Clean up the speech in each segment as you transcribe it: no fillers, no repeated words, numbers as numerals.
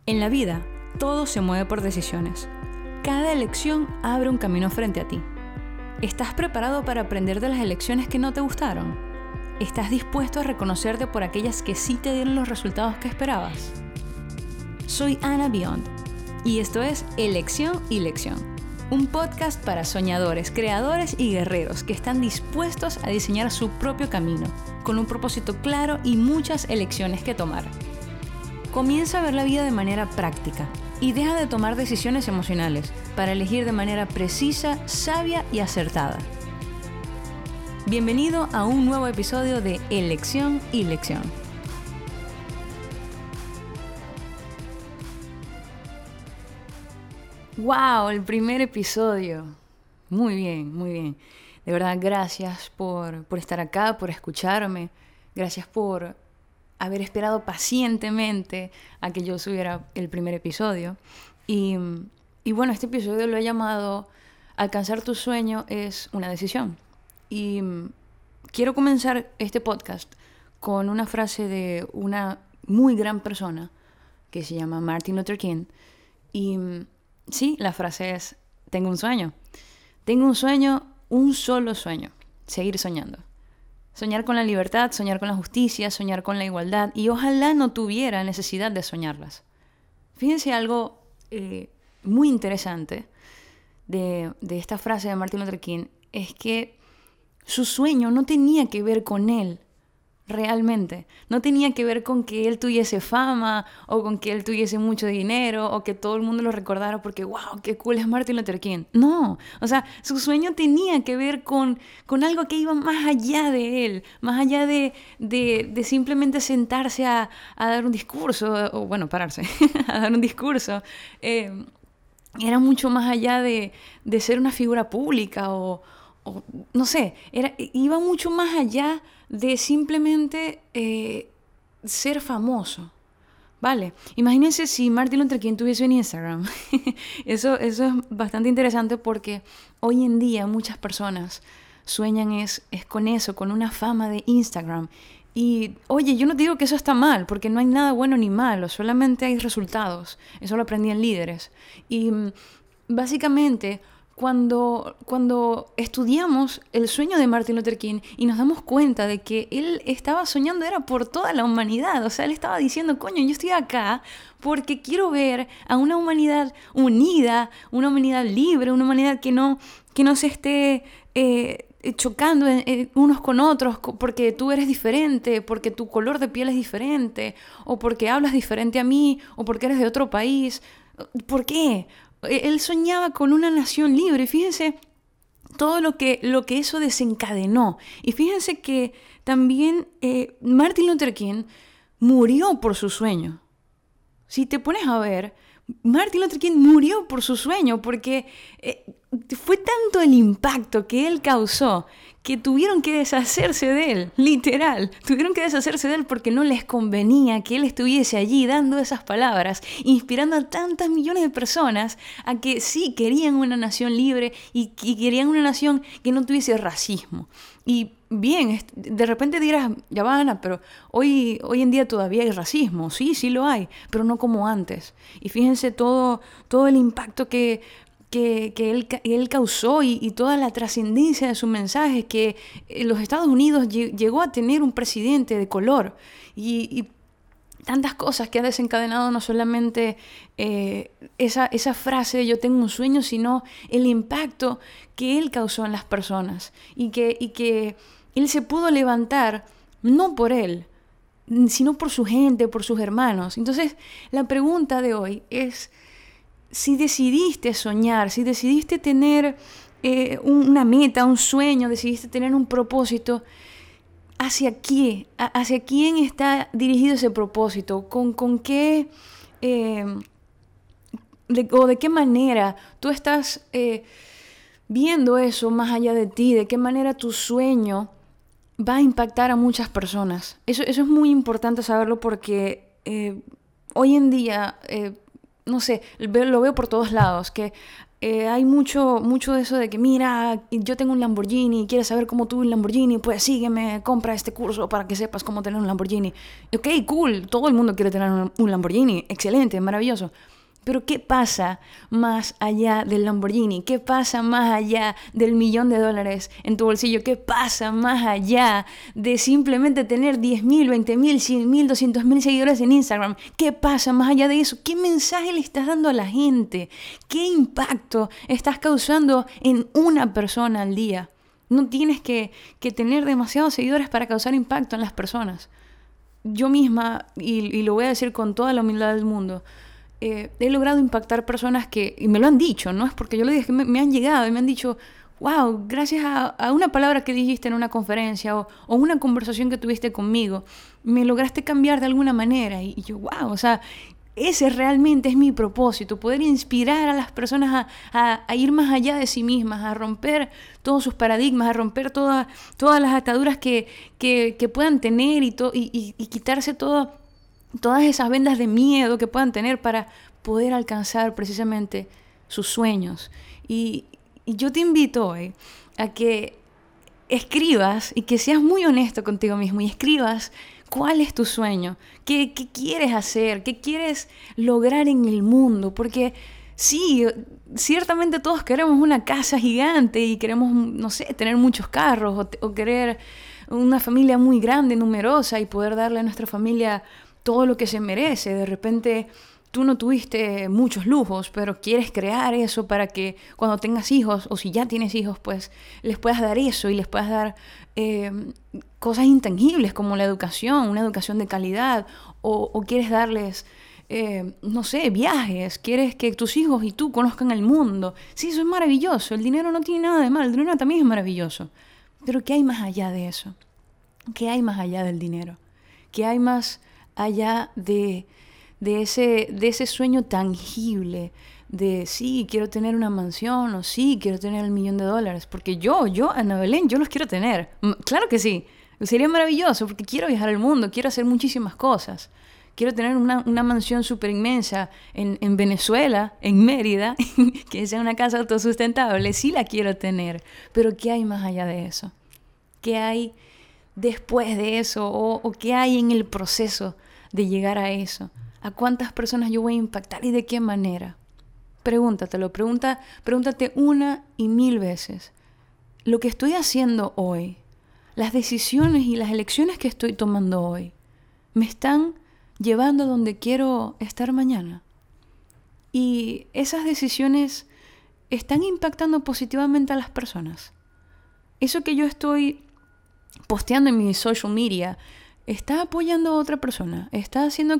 En la vida, todo se mueve por decisiones. Cada elección abre un camino frente a ti. ¿Estás preparado para aprender de las elecciones que no te gustaron? ¿Estás dispuesto a reconocerte por aquellas que sí te dieron los resultados que esperabas? Soy Ana Beyond y esto es Elección y Lección, un podcast para soñadores, creadores y guerreros que están dispuestos a diseñar su propio camino, con un propósito claro y muchas elecciones que tomar. Comienza a ver la vida de manera práctica y deja de tomar decisiones emocionales para elegir de manera precisa, sabia y acertada. Bienvenido a un nuevo episodio de Elección y Lección. ¡Wow! El primer episodio. Muy bien, muy bien. De verdad, gracias por estar acá, por escucharme. Gracias por haber esperado pacientemente a que yo subiera el primer episodio. Y bueno, este episodio lo he llamado Alcanzar tu sueño es una decisión. Y quiero comenzar este podcast con una frase de una muy gran persona que se llama Martin Luther King. Y sí, la frase es: tengo un sueño. Tengo un sueño, un solo sueño. Seguir soñando. Soñar con la libertad, soñar con la justicia, soñar con la igualdad. Y ojalá no tuviera necesidad de soñarlas. Fíjense algo muy interesante de esta frase de Martin Luther King. Es que su sueño no tenía que ver con él. Realmente, no tenía que ver con que él tuviese fama o con que él tuviese mucho dinero o que todo el mundo lo recordara porque wow, qué cool es Martin Luther King. No, o sea, su sueño tenía que ver con algo que iba más allá de él, más allá de simplemente sentarse a dar un discurso, o bueno, pararse, a dar un discurso. Era mucho más allá de ser una figura pública o no sé, iba mucho más allá de simplemente ser famoso, ¿vale? Imagínense si Martin Luther King tuviese un Instagram. Eso es bastante interesante porque hoy en día muchas personas sueñan es con eso, con una fama de Instagram. Y oye, yo no digo que eso está mal, porque no hay nada bueno ni malo, solamente hay resultados. Eso lo aprendí en Líderes. Y básicamente, cuando estudiamos el sueño de Martin Luther King y nos damos cuenta de que él estaba soñando era por toda la humanidad, o sea, él estaba diciendo, coño, yo estoy acá porque quiero ver a una humanidad unida, una humanidad libre, una humanidad que no se esté chocando unos con otros porque tú eres diferente, porque tu color de piel es diferente, o porque hablas diferente a mí, o porque eres de otro país. ¿Por qué? Él soñaba con una nación libre. Fíjense todo lo que eso desencadenó. Y fíjense que también Martin Luther King murió por su sueño. Si te pones a ver, Martin Luther King murió por su sueño porque fue tanto el impacto que él causó que tuvieron que deshacerse de él, literal. Tuvieron que deshacerse de él porque no les convenía que él estuviese allí dando esas palabras, inspirando a tantas millones de personas a que sí querían una nación libre y querían una nación que no tuviese racismo. Y bien, de repente dirás, ya va Ana, pero hoy en día todavía hay racismo. Sí lo hay, pero no como antes. Y fíjense todo el impacto que él causó y toda la trascendencia de su mensaje, que los Estados Unidos llegó a tener un presidente de color y tantas cosas que ha desencadenado no solamente esa frase yo tengo un sueño, sino el impacto que él causó en las personas y que él se pudo levantar no por él, sino por su gente, por sus hermanos. Entonces la pregunta de hoy es: si decidiste soñar, si decidiste tener una meta, un sueño, decidiste tener un propósito, ¿hacia quién está dirigido ese propósito? ¿Con qué o de qué manera tú estás viendo eso más allá de ti? ¿De qué manera tu sueño va a impactar a muchas personas? Eso es muy importante saberlo porque hoy en día no sé, lo veo por todos lados, que hay mucho de eso de que, mira, yo tengo un Lamborghini, quieres saber cómo tuve un Lamborghini, pues sígueme, compra este curso para que sepas cómo tener un Lamborghini. Ok, cool, todo el mundo quiere tener un Lamborghini, excelente, maravilloso. Pero ¿qué pasa más allá del Lamborghini? ¿Qué pasa más allá del $1.000.000 en tu bolsillo? ¿Qué pasa más allá de simplemente tener 10.000, 20.000, 100.000, 200.000 seguidores en Instagram? ¿Qué pasa más allá de eso? ¿Qué mensaje le estás dando a la gente? ¿Qué impacto estás causando en una persona al día? No tienes que tener demasiados seguidores para causar impacto en las personas. Yo misma, y lo voy a decir con toda la humildad del mundo, he logrado impactar personas y me lo han dicho, no es porque yo lo diga, que me han llegado y me han dicho, wow, gracias a una palabra que dijiste en una conferencia o una conversación que tuviste conmigo, me lograste cambiar de alguna manera. Y yo, wow, o sea, ese realmente es mi propósito, poder inspirar a las personas a ir más allá de sí mismas, a romper todos sus paradigmas, a romper todas las ataduras que puedan tener y quitarse todas esas vendas de miedo que puedan tener para poder alcanzar precisamente sus sueños. Y yo te invito hoy a que escribas y que seas muy honesto contigo mismo y escribas cuál es tu sueño, qué quieres hacer, qué quieres lograr en el mundo, porque sí, ciertamente todos queremos una casa gigante y queremos, no sé, tener muchos carros o querer una familia muy grande, numerosa y poder darle a nuestra familia todo lo que se merece. De repente tú no tuviste muchos lujos, pero quieres crear eso para que cuando tengas hijos, o si ya tienes hijos, pues les puedas dar eso y les puedas dar cosas intangibles como la educación, una educación de calidad, o quieres darles, no sé, viajes, quieres que tus hijos y tú conozcan el mundo. Sí, eso es maravilloso, el dinero no tiene nada de mal, el dinero también es maravilloso. Pero ¿qué hay más allá de eso? ¿Qué hay más allá del dinero? ¿Qué hay más allá de ese sueño tangible de sí, quiero tener una mansión o sí, quiero tener $1.000.000? Porque yo, Ana Belén, yo los quiero tener. Claro que sí, sería maravilloso porque quiero viajar al mundo, quiero hacer muchísimas cosas. Quiero tener una mansión súper inmensa en Venezuela, en Mérida, que sea una casa autosustentable. Sí la quiero tener, pero ¿qué hay más allá de eso? ¿Qué hay después de eso? ¿O qué hay en el proceso de llegar a eso? ¿A cuántas personas yo voy a impactar y de qué manera? Pregúntatelo, pregúntate 1 y 1000 veces. Lo que estoy haciendo hoy, las decisiones y las elecciones que estoy tomando hoy, ¿me están llevando a donde quiero estar mañana? Y esas decisiones están impactando positivamente a las personas. Eso que yo estoy posteando en mi social media, ¿está apoyando a otra persona? ¿Está haciendo...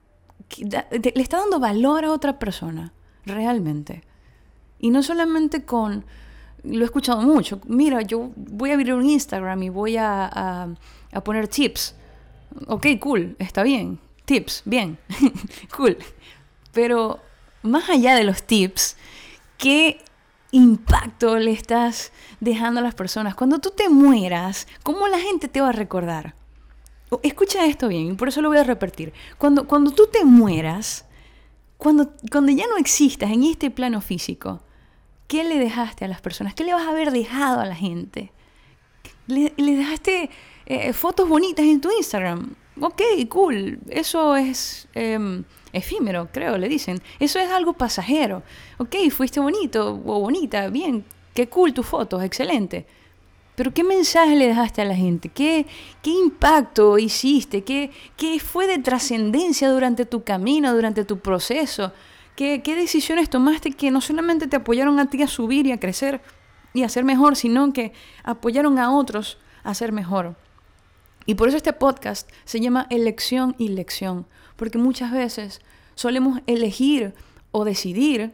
le está dando valor a otra persona, realmente? Y no solamente lo he escuchado mucho, mira, yo voy a abrir un Instagram y voy a poner tips. Ok, cool, está bien, tips, bien, cool. Pero más allá de los tips, ¿qué impacto le estás dejando a las personas? Cuando tú te mueras, ¿cómo la gente te va a recordar? Escucha esto bien, por eso lo voy a repetir. Cuando tú te mueras, cuando ya no existas en este plano físico, ¿qué le dejaste a las personas? ¿Qué le vas a haber dejado a la gente? ¿Le dejaste fotos bonitas en tu Instagram? Ok, cool. Eso es efímero, creo, le dicen. Eso es algo pasajero. Ok, fuiste bonito o bonita, bien. Qué cool tus fotos, excelente. Pero ¿qué mensaje le dejaste a la gente? ¿Qué impacto hiciste? ¿Qué fue de trascendencia durante tu camino, durante tu proceso? ¿Qué decisiones tomaste que no solamente te apoyaron a ti a subir y a crecer y a ser mejor, sino que apoyaron a otros a ser mejor? Y por eso este podcast se llama Elección y Lección, porque muchas veces solemos elegir o decidir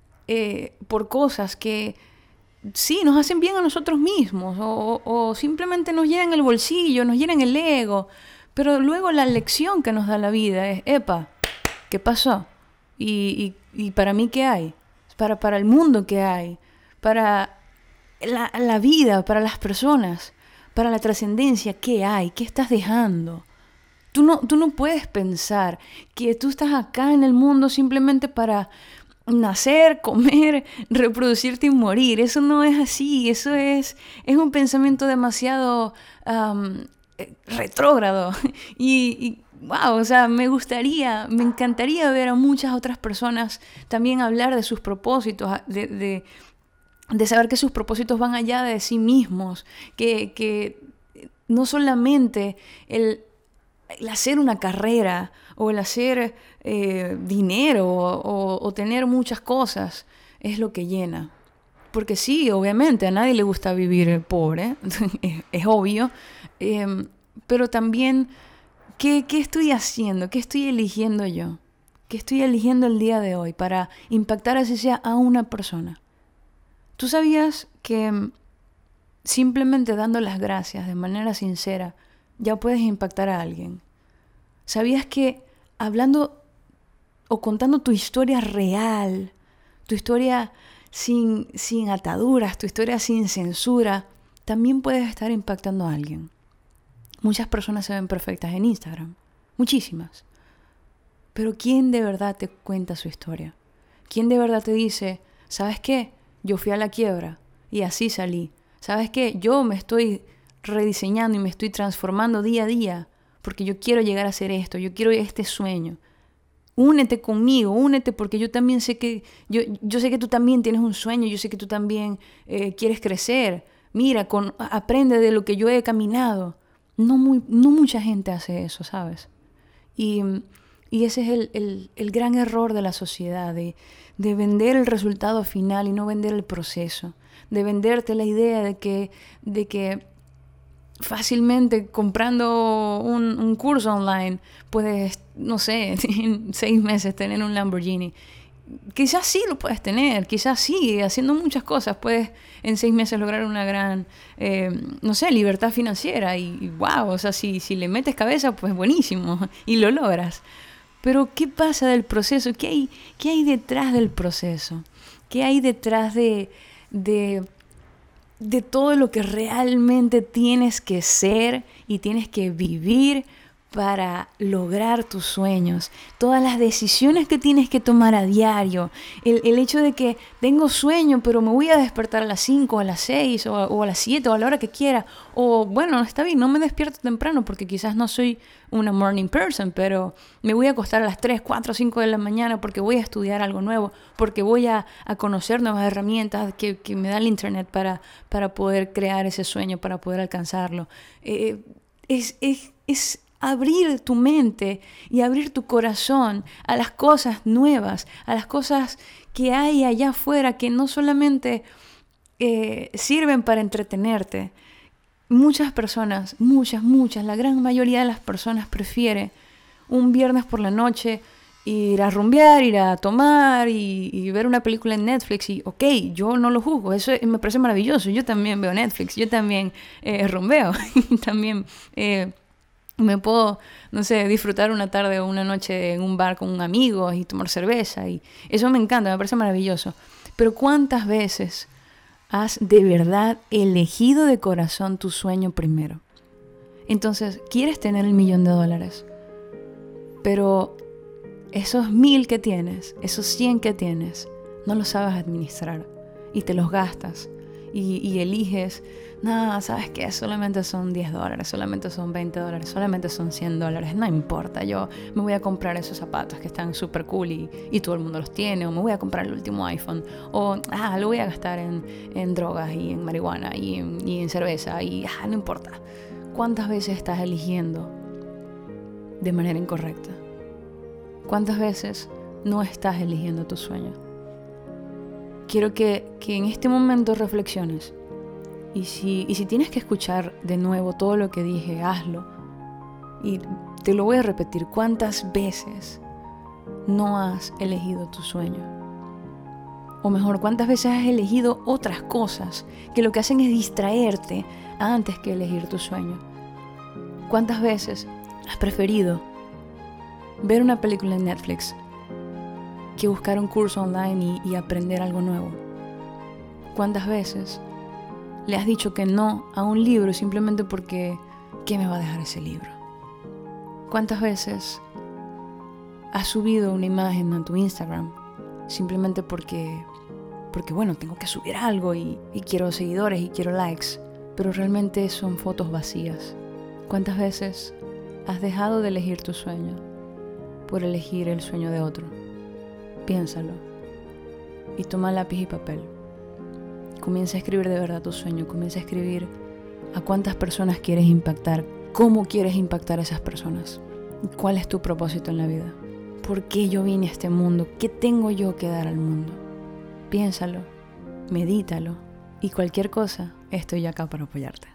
por cosas que sí, nos hacen bien a nosotros mismos o simplemente nos llenan el bolsillo, nos llenan el ego, pero luego la lección que nos da la vida es, epa, ¿qué pasó? ¿Y para mí qué hay? Para el mundo qué hay? Para la vida, para las personas, para la trascendencia, ¿qué hay? ¿Qué estás dejando? Tú no puedes pensar que tú estás acá en el mundo simplemente para nacer, comer, reproducirte y morir. Eso no es así. Eso es un pensamiento demasiado retrógrado. Y wow, o sea, me encantaría ver a muchas otras personas también hablar de sus propósitos, de saber que sus propósitos van allá de sí mismos, que no solamente el hacer una carrera o el hacer dinero o tener muchas cosas es lo que llena. Porque sí, obviamente a nadie le gusta vivir pobre, es obvio, pero también, ¿qué estoy haciendo? ¿Qué estoy eligiendo yo? ¿Qué estoy eligiendo el día de hoy para impactar así sea a una persona? ¿Tú sabías que simplemente dando las gracias de manera sincera ya puedes impactar a alguien? ¿Sabías que hablando o contando tu historia real, tu historia sin ataduras, tu historia sin censura, también puedes estar impactando a alguien? Muchas personas se ven perfectas en Instagram, muchísimas. Pero ¿quién de verdad te cuenta su historia? ¿Quién de verdad te dice, ¿sabes qué? Yo fui a la quiebra y así salí. ¿Sabes qué? Yo me estoy rediseñando y me estoy transformando día a día porque yo quiero llegar a hacer esto, yo quiero este sueño. Únete conmigo, únete porque yo también sé que, yo sé que tú también tienes un sueño, yo sé que tú también quieres crecer. Mira, aprende de lo que yo he caminado. No mucha gente hace eso, ¿sabes? Y ese es el gran error de la sociedad, de vender el resultado final y no vender el proceso, de venderte la idea de que fácilmente comprando un curso online puedes, no sé, en 6 meses tener un Lamborghini. Quizás sí lo puedes tener, quizás sí, haciendo muchas cosas puedes en 6 meses lograr una gran, no sé, libertad financiera y wow, o sea, si le metes cabeza, pues buenísimo y lo logras. Pero ¿qué pasa del proceso? ¿Qué hay detrás del proceso? ¿Qué hay detrás de todo lo que realmente tienes que ser y tienes que vivir para lograr tus sueños? Todas las decisiones que tienes que tomar a diario. El hecho de que tengo sueño, pero me voy a despertar a las 5, a las 6 o a las 7 o a la hora que quiera. O bueno, está bien, no me despierto temprano porque quizás no soy una morning person, pero me voy a acostar a las 3, 4, 5 de la mañana porque voy a estudiar algo nuevo, porque voy a conocer nuevas herramientas que me da el internet para poder crear ese sueño, para poder alcanzarlo. Es abrir tu mente y abrir tu corazón a las cosas nuevas, a las cosas que hay allá afuera que no solamente sirven para entretenerte. Muchas personas, muchas, la gran mayoría de las personas prefiere un viernes por la noche ir a rumbear, ir a tomar y ver una película en Netflix y ok, yo no lo juzgo, eso me parece maravilloso, yo también veo Netflix, yo también rumbeo, también me puedo, no sé, disfrutar una tarde o una noche en un bar con un amigo y tomar cerveza y eso me encanta, me parece maravilloso. Pero ¿cuántas veces has de verdad elegido de corazón tu sueño primero? Entonces, quieres tener $1 millón, pero esos 1,000 que tienes, esos 100 que tienes, no los sabes administrar y te los gastas y eliges, no, ¿sabes qué? Solamente son $10, solamente son $20, solamente son $100, no importa, yo me voy a comprar esos zapatos que están súper cool y todo el mundo los tiene, o me voy a comprar el último iPhone, o lo voy a gastar en drogas y en marihuana y en cerveza y no importa. ¿Cuántas veces estás eligiendo de manera incorrecta? ¿Cuántas veces no estás eligiendo tu sueño? Quiero que en este momento reflexiones. Y si tienes que escuchar de nuevo todo lo que dije, hazlo. Y te lo voy a repetir. ¿Cuántas veces no has elegido tu sueño? O mejor, ¿cuántas veces has elegido otras cosas que lo que hacen es distraerte antes que elegir tu sueño? ¿Cuántas veces has preferido ver una película en Netflix que buscar un curso online y aprender algo nuevo? ¿Cuántas veces le has dicho que no a un libro simplemente porque ¿qué me va a dejar ese libro? ¿Cuántas veces has subido una imagen a tu Instagram simplemente porque bueno, tengo que subir algo y quiero seguidores y quiero likes, pero realmente son fotos vacías. ¿Cuántas veces has dejado de elegir tu sueño por elegir el sueño de otro? Piénsalo y toma lápiz y papel. Comienza a escribir de verdad tu sueño, comienza a escribir a cuántas personas quieres impactar, cómo quieres impactar a esas personas, cuál es tu propósito en la vida, por qué yo vine a este mundo, qué tengo yo que dar al mundo. Piénsalo, medítalo y cualquier cosa, estoy acá para apoyarte.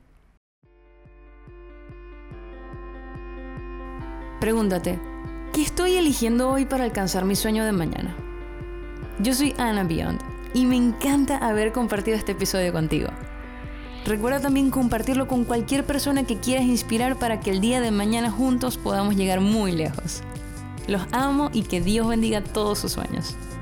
Pregúntate, ¿qué estoy eligiendo hoy para alcanzar mi sueño de mañana? Yo soy Ana Beyond y me encanta haber compartido este episodio contigo. Recuerda también compartirlo con cualquier persona que quieras inspirar para que el día de mañana juntos podamos llegar muy lejos. Los amo y que Dios bendiga todos sus sueños.